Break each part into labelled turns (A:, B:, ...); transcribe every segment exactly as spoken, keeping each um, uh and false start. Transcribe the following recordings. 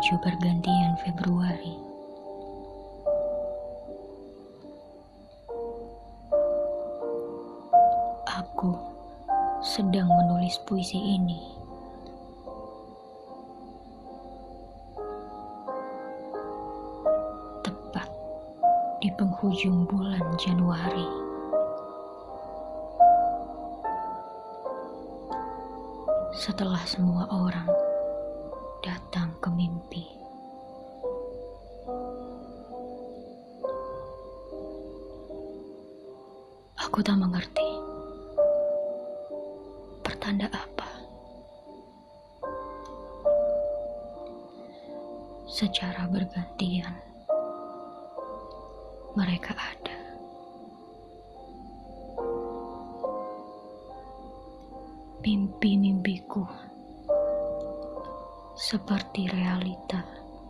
A: menuju pergantian Februari. Aku sedang menulis puisi ini. Tepat di penghujung bulan Januari. Setelah semua orang datang ke mimpi. Aku tak mengerti pertanda apa. Secara bergantian mereka ada. Mimpi-mimpiku seperti realita,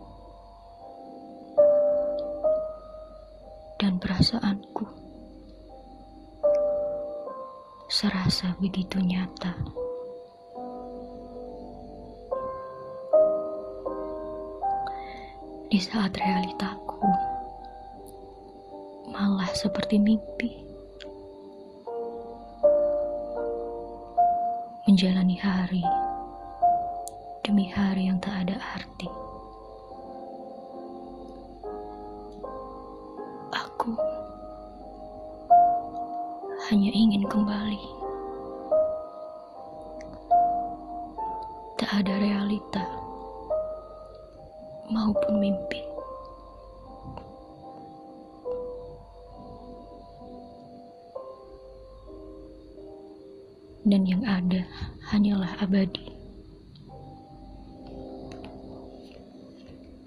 A: dan perasaanku serasa begitu nyata. Di saat realitaku malah seperti mimpi, menjalani hari demi hari yang tak ada arti. Aku hanya ingin kembali. Tak ada realita maupun mimpi. Dan yang ada hanyalah abadi.